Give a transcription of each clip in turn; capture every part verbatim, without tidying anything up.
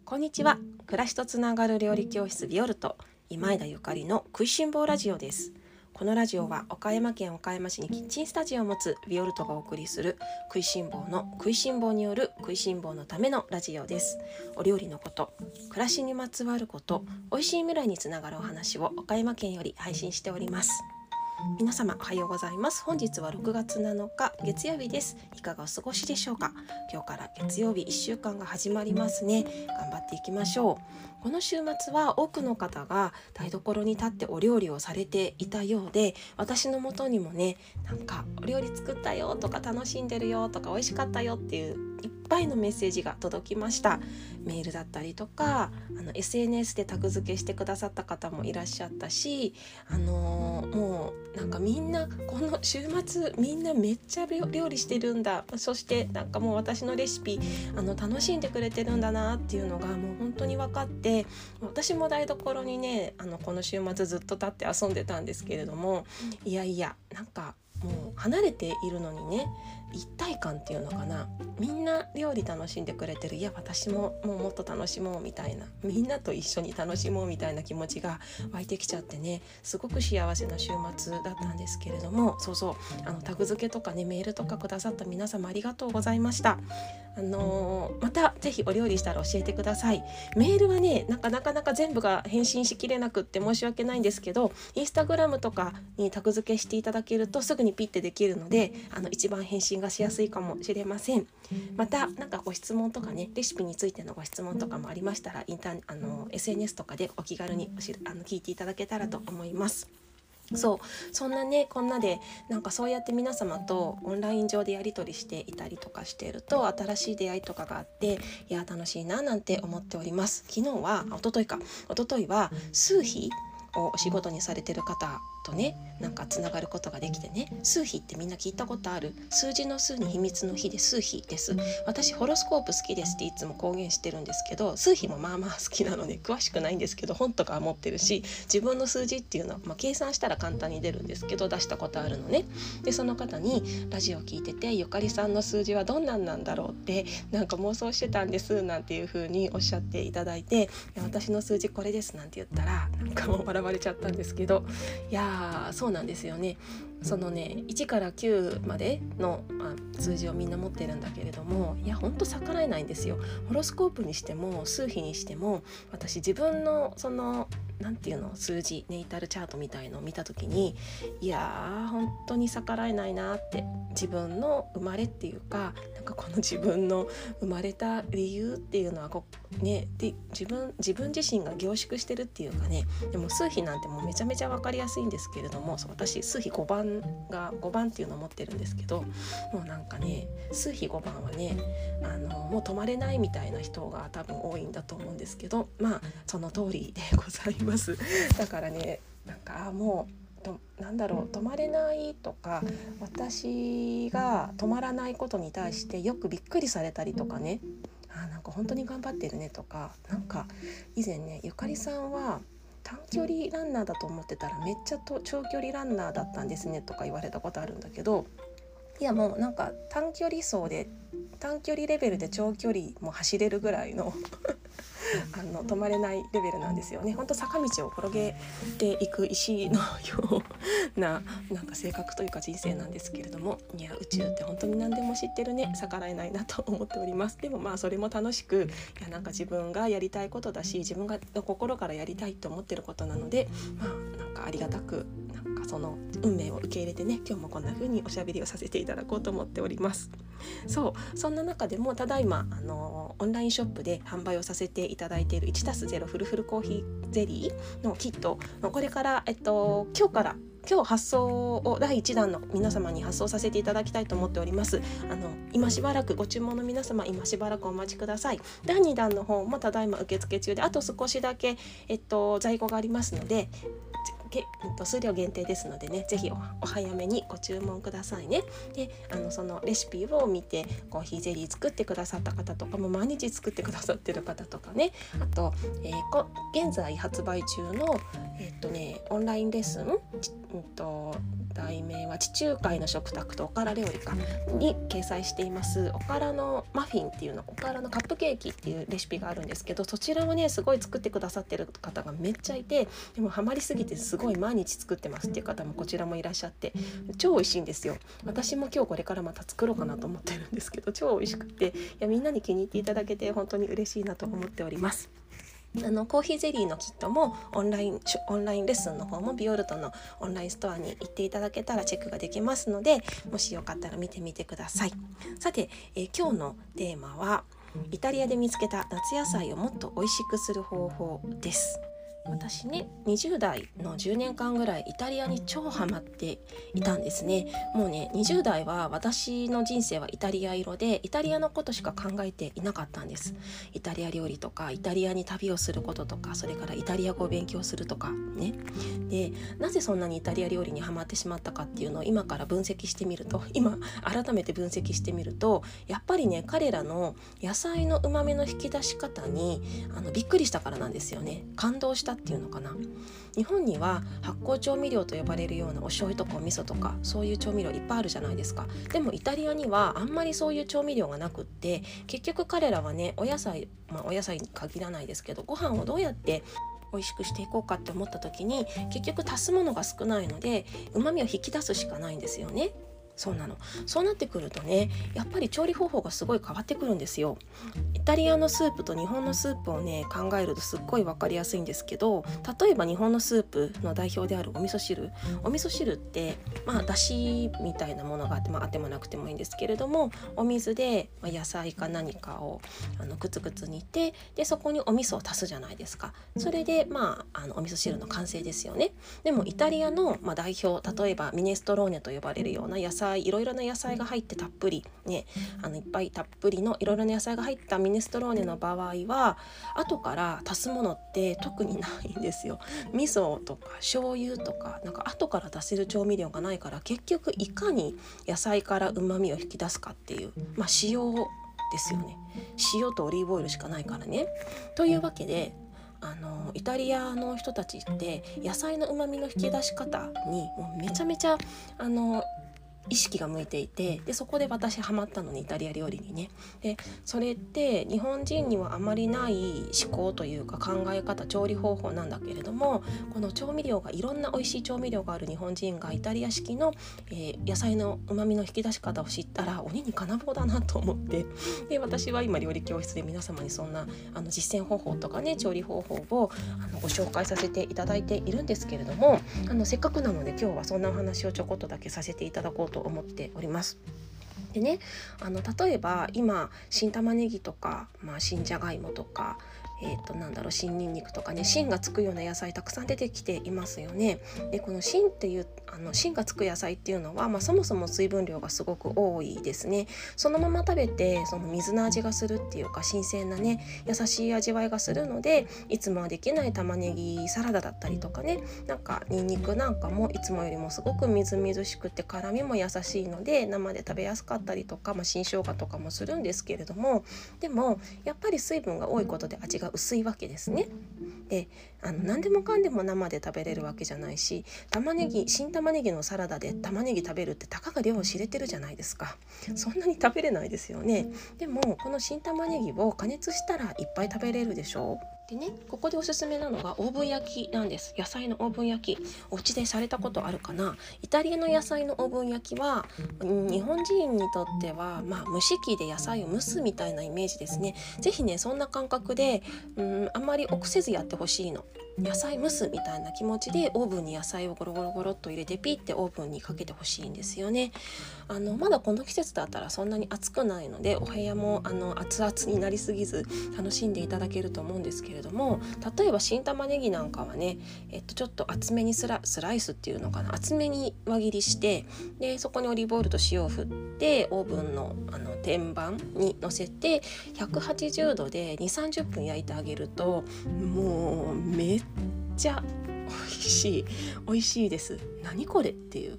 こんにちは。暮らしとつながる料理教室ビオルト今枝ゆかりの食いしん坊ラジオです。このラジオは岡山県岡山市にキッチンスタジオを持つビオルトがお送りする食いしん坊の食いしん坊による食いしん坊のためのラジオです。お料理のこと、暮らしにまつわること、美味しい未来につながるお話を岡山県より配信しております。皆様おはようございます。本日はろくがつなのか月曜日です。いかがお過ごしでしょうか。今日から月曜日いっしゅうかんが始まりますね。頑張っていきましょう。この週末は多くの方が台所に立ってお料理をされていたようで、私の元にもね、なんかお料理作ったよとか楽しんでるよとか美味しかったよっていういっぱいのメッセージが届きました。メールだったりとかあの エスエヌエス でタグ付けしてくださった方もいらっしゃったし、あのー、もうなんかみんなこの週末みんなめっちゃ料理してるんだ、そしてなんかもう私のレシピあの楽しんでくれてるんだなっていうのがもう本当に分かって、私も台所にねあのこの週末ずっと立って遊んでたんですけれども、いやいやなんかもう離れているのにね、一体感っていうのかな、みんな料理楽しんでくれてる、いや私ももうもっと楽しもうみたいな、みんなと一緒に楽しもうみたいな気持ちが湧いてきちゃってね、すごく幸せな週末だったんですけれども、そうそうあのタグ付けとかねメールとかくださった皆様ありがとうございました。あのー、またぜひお料理したら教えてください。メールはねなんかなかなか全部が返信しきれなくって申し訳ないんですけど、インスタグラムとかにタグ付けしていただけるとすぐにピッてできるので、あの一番返信がしやすいかもしれません。またなんかご質問とかね、レシピについてのご質問とかもありましたらインターあの エスエヌエス とかでお気軽におしあの聞いていただけたらと思います。そうそんなねこんなでなんかそうやって皆様とオンライン上でやり取りしていたりとかしていると、新しい出会いとかがあって、いや楽しいななんて思っております。昨日は一昨日か一昨日は数比をお仕事にされてる方とねなんかつながることができてね、数比ってみんな聞いたことある？数字の数に秘密の比で数比です。私ホロスコープ好きですっていつも公言してるんですけど、数比もまあまあ好きなので詳しくないんですけど本とか持ってるし、自分の数字っていうのは、まあ、計算したら簡単に出るんですけど出したことあるのね。でその方にラジオ聞いてて、ゆかりさんの数字はどんなんなんだろうってなんか妄想してたんですなんていう風におっしゃっていただいて、いや私の数字これですなんて言ったらなんかもう笑われちゃったんですけど、いやそうなんですよね。そのねいちからきゅうまでのあ数字をみんな持ってるんだけれども、いやほんと逆らえないんですよ。ホロスコープにしても数比にしても、私自分のそのなんていうの数字ネイタルチャートみたいのを見た時に、いやー本当に逆らえないなって、自分の生まれっていうかなんかこの自分の生まれた理由っていうのはこねで自分自分自身が凝縮してるっていうかね、でも数比なんてもうめちゃめちゃ分かりやすいんですけれども、そう私数比ごばんがごばんっていうのを持ってるんですけど、もうなんかね数比ごばんはねあのもう止まれないみたいな人が多分多いんだと思うんですけど、まあその通りでございます。だからねなんかもうとなんだろう止まれないとか、私が止まらないことに対してよくびっくりされたりとかね、あなんか本当に頑張ってるねとか、なんか以前ねゆかりさんは短距離ランナーだと思ってたらめっちゃと長距離ランナーだったんですねとか言われたことあるんだけど、いやもうなんか短距離走で短距離レベルで長距離も走れるぐらいのあの止まれないレベルなんですよね。本当坂道を転げていく石のようななんか性格というか人生なんですけれども、いや宇宙って本当に何でも知ってるね、逆らえないなと思っております。でもまあそれも楽しく、いやなんか自分がやりたいことだし、自分が心からやりたいと思ってることなので、まあなんかありがたくなんかその運命を受け入れてね、今日もこんな風におしゃべりをさせていただこうと思っております。そうそんな中でもただいまあのオンラインショップで販売をさせていただいている いちたすゼロ フルフルコーヒーゼリーのキット、これから、えっと、今日から今日発送をだいいちだんの皆様に発送させていただきたいと思っております。あの今しばらくご注文の皆様今しばらくお待ちください。だいにだんの方もただいま受付中で、あと少しだけ、えっと、在庫がありますので数量限定ですのでね、ぜひ お, お早めにご注文くださいね。であのそのレシピを見てコーヒーゼリー作ってくださった方とかも毎日作ってくださってる方とかね、あと、えー、こ現在発売中の、えーっとね、オンラインレッスン、うんと題名は地中海の食卓とおから料理かに掲載していますおからのマフィンっていうの、おからのカップケーキっていうレシピがあるんですけど、そちらをねすごい作ってくださってる方がめっちゃいて、でもハマりすぎてすごい毎日作ってますっていう方もこちらもいらっしゃって、超美味しいんですよ。私も今日これからまた作ろうかなと思ってるんですけど、超美味しくて、いやみんなに気に入っていただけて本当に嬉しいなと思っております。あのコーヒーゼリーのキットもオンラインオンラインレッスンの方もビオルトのオンラインストアに行っていただけたらチェックができますので、もしよかったら見てみてください。さて、えー、今日のテーマはイタリアで見つけた夏野菜をもっと美味しくする方法です。私ねにじゅう代のじゅうねんかんぐらいイタリアに超ハマっていたんですね。もうねにじゅう代は私の人生はイタリア色で、イタリアのことしか考えていなかったんです。イタリア料理とかイタリアに旅をすることとか、それからイタリア語を勉強するとかね。でなぜそんなにイタリア料理にハマってしまったかっていうのを今から分析してみると今改めて分析してみると、やっぱりね彼らの野菜の旨味の引き出し方にあのびっくりしたからなんですよね。感動したっていうのかな。日本には発酵調味料と呼ばれるようなお醤油とかお味噌とかそういう調味料いっぱいあるじゃないですか。でもイタリアにはあんまりそういう調味料がなくって、結局彼らはねお野菜、まあお野菜に限らないですけど、ご飯をどうやって美味しくしていこうかって思った時に結局足すものが少ないので旨味を引き出すしかないんですよね。そうなの。そうなってくるとね、やっぱり調理方法がすごい変わってくるんですよ。イタリアのスープと日本のスープをね考えるとすっごい分かりやすいんですけど、例えば日本のスープの代表であるお味噌汁お味噌汁ってまあだしみたいなものがあって、まあ、あってもなくてもいいんですけれども、お水で野菜か何かをあのくつくつ煮て、でそこにお味噌を足すじゃないですか。それでまあ、あのお味噌汁の完成ですよね。でもイタリアの、まあ、代表、例えばミネストローネと呼ばれるような野菜いろいろな野菜が入ってたっぷりね、あのいっぱいたっぷりのいろいろな野菜が入ったミネストローネの場合は後から足すものって特にないんですよ。味噌とか醤油とかなんか後から足せる調味料がないから、結局いかに野菜から旨味を引き出すかっていう、まあ塩ですよね。塩とオリーブオイルしかないからね。というわけであのイタリアの人たちって野菜の旨味の引き出し方にもうめちゃめちゃあの意識が向いていて、でそこで私ハマったのにイタリア料理にね。でそれって日本人にはあまりない思考というか考え方、調理方法なんだけれども、この調味料がいろんな美味しい調味料がある日本人がイタリア式の、えー、野菜の旨味の引き出し方を知ったら鬼に金棒だなと思って、で私は今料理教室で皆様にそんなあの実践方法とかね調理方法をあのご紹介させていただいているんですけれども、あのせっかくなので今日はそんなお話をちょこっとだけさせていただこうと思っております。でね、あの例えば今新玉ねぎとか、まあ、新じゃがいもとか、えー、となんだろう新ニンニクとかね、芯がつくような野菜たくさん出てきていますよね。でこの芯っていうあの芯がつく野菜っていうのは、まあ、そもそも水分量がすごく多いですね。そのまま食べてその水の味がするっていうか新鮮なね優しい味わいがするので、いつもはできない玉ねぎサラダだったりとかね、なんかニンニクなんかもいつもよりもすごくみずみずしくて辛みも優しいので生で食べやすかったりとか、まあ、新生姜とかもするんですけれども、でもやっぱり水分が多いことで味が薄いわけですね。であの何でもかんでも生で食べれるわけじゃないし、玉ねぎ新玉ねぎのサラダで玉ねぎ食べるってたかが量を知れてるじゃないですか。そんなに食べれないですよね。でもこの新玉ねぎを加熱したらいっぱい食べれるでしょう。でね、ここでおすすめなのがオーブン焼きなんです。野菜のオーブン焼き、お家でされたことあるかな。イタリアの野菜のオーブン焼きは、うん、日本人にとっては、まあ、蒸し器で野菜を蒸すみたいなイメージですね。ぜひねそんな感覚で、うん、あんまり臆せずやってほしいの。野菜蒸すみたいな気持ちでオーブンに野菜をゴロゴロゴロっと入れてピッてオーブンにかけてほしいんですよね。あのまだこの季節だったらそんなに暑くないので、お部屋もあの熱々になりすぎず楽しんでいただけると思うんですけれども、例えば新玉ねぎなんかはね、えっと、ちょっと厚めにスラ、スライスっていうのかな、厚めに輪切りして、でそこにオリーブオイルと塩を振ってオーブンの、あの天板に乗せてひゃくはちじゅうどで にじゅうさんじゅっぷん焼いてあげると、もうめっちゃ美味しい美味しいです。何これっていう。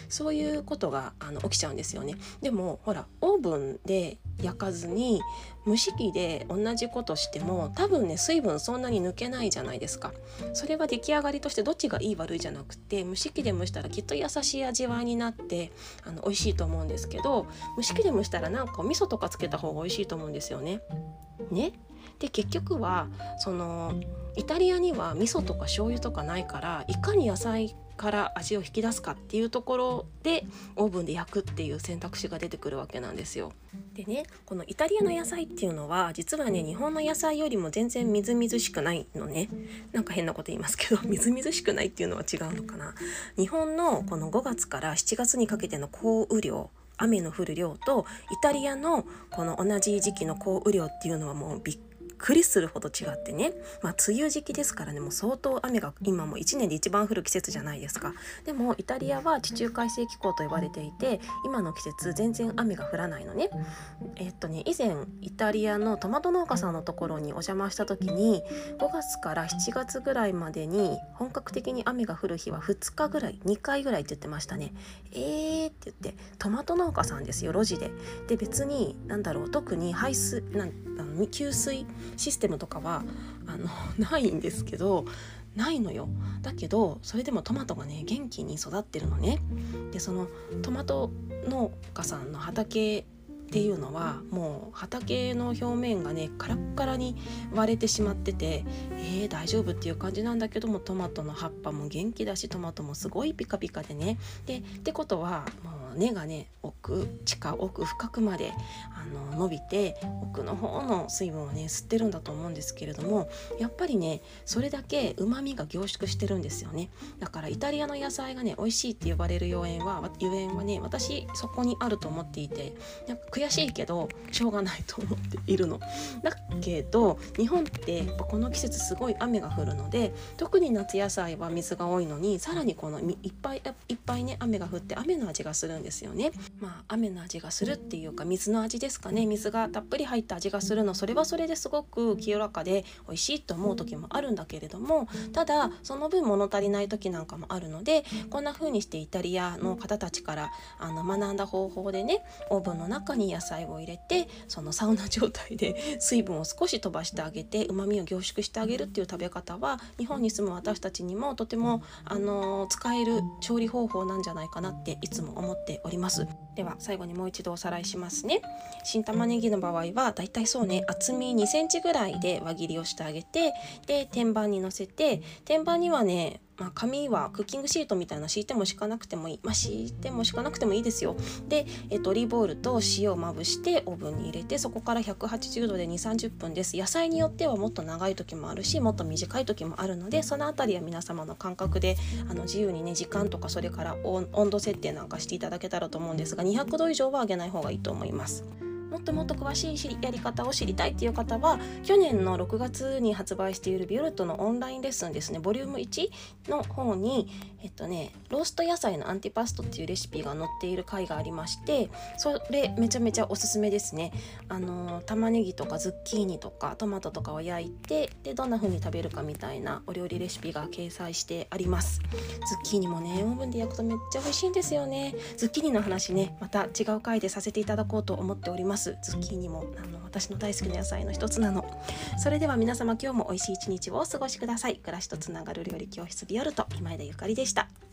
そういうことがあの起きちゃうんですよね。でもほらオーブンで焼かずに蒸し器で同じことしても多分ね水分そんなに抜けないじゃないですか。それは出来上がりとしてどっちがいい悪いじゃなくて、蒸し器で蒸したらきっと優しい味わいになってあの美味しいと思うんですけど、蒸し器で蒸したらなんか味噌とかつけた方が美味しいと思うんですよね。ねで結局はそのイタリアには味噌とか醤油とかないから、いかに野菜から味を引き出すかっていうところでオーブンで焼くっていう選択肢が出てくるわけなんですよ。でね、このイタリアの野菜っていうのは実はね日本の野菜よりも全然みずみずしくないのね。なんか変なこと言いますけどみずみずしくないっていうのは違うのかな。日本のこのごがつからしちがつにかけての降雨量、雨の降る量とイタリアのこの同じ時期の降雨量っていうのはもうびっくりするほど違ってね、まあ梅雨時期ですからね、もう相当雨が今もいちねんで一番降る季節じゃないですか。でもイタリアは地中海性気候と呼ばれていて、今の季節全然雨が降らないのね。えっとね以前イタリアのトマト農家さんのところにお邪魔した時に、ごがつからしちがつぐらいまでに本格的に雨が降る日はふつかぐらい、にかいぐらいって言ってましたね。えーって言って、トマト農家さんですよ、路地で。で別に何だろう、特に排水なんあの給水システムとかはあのないんですけど、ないのよ。だけどそれでもトマトがね元気に育ってるのね。でそのトマト農家さんの畑っていうのはもう畑の表面がねカラッカラに割れてしまってて、えー、大丈夫っていう感じなんだけども、トマトの葉っぱも元気だし、トマトもすごいピカピカでね。でってことはもう根がね奥地下奥深くまであの伸びて奥の方の水分をね吸ってるんだと思うんですけれども、やっぱりねそれだけ旨味が凝縮してるんですよね。だからイタリアの野菜がね美味しいって呼ばれるゆえんはゆえんはね私そこにあると思っていて、なんか悔しいけどしょうがないと思っているの。だけど日本ってやっぱこの季節すごい雨が降るので、特に夏野菜は水が多いのに、さらにこのいっぱいいっぱいね雨が降って雨の味がするんですよね。まあ雨の味がするっていうか水の味ですかね。水がたっぷり入った味がするの、それはそれですごく清らかで美味しいと思う時もあるんだけれども、ただその分物足りない時なんかもあるので、こんな風にしてイタリアの方たちからあの学んだ方法でね、オーブンの中に野菜を入れて、そのサウナ状態で水分を少し飛ばしてあげて旨味を凝縮してあげるっていう食べ方は、日本に住む私たちにもとてもあの使える調理方法なんじゃないかなっていつも思っております。では最後にもう一度おさらいしますね。新玉ねぎの場合はだいたいそうね厚みにセンチぐらいで輪切りをしてあげて、で天板に乗せて、天板にはねまあ、紙はクッキングシートみたいな敷いても敷かなくてもいい、まあ、敷いても敷かなくてもいいですよ。で、えっと、オリーブオイルと塩をまぶしてオーブンに入れて、そこからひゃくはちじゅうどでにじゅうさんじゅっぷんです。野菜によってはもっと長い時もあるし、もっと短い時もあるので、そのあたりは皆様の感覚であの自由にね時間とか、それから温度設定なんかしていただけたらと思うんですが、にひゃくど以上は上げない方がいいと思います。もっともっと詳しいやり方を知りたいっていう方は、去年のろくがつに発売しているビオルトのオンラインレッスンですね、ボリュームいちの方にえっとねロースト野菜のアンティパストっていうレシピが載っている回がありまして、それめちゃめちゃおすすめですね。あの玉ねぎとかズッキーニとかトマトとかを焼いて、でどんな風に食べるかみたいなお料理レシピが掲載してあります。ズッキーニもねオーブンで焼くとめっちゃ美味しいんですよね。ズッキーニの話ねまた違う回でさせていただこうと思っております。ズッキーニもあの私の大好きな野菜の一つなの。それでは皆様今日も美味しい一日をお過ごしください。暮らしとつながる料理教室ビオルト今枝ゆかりでした。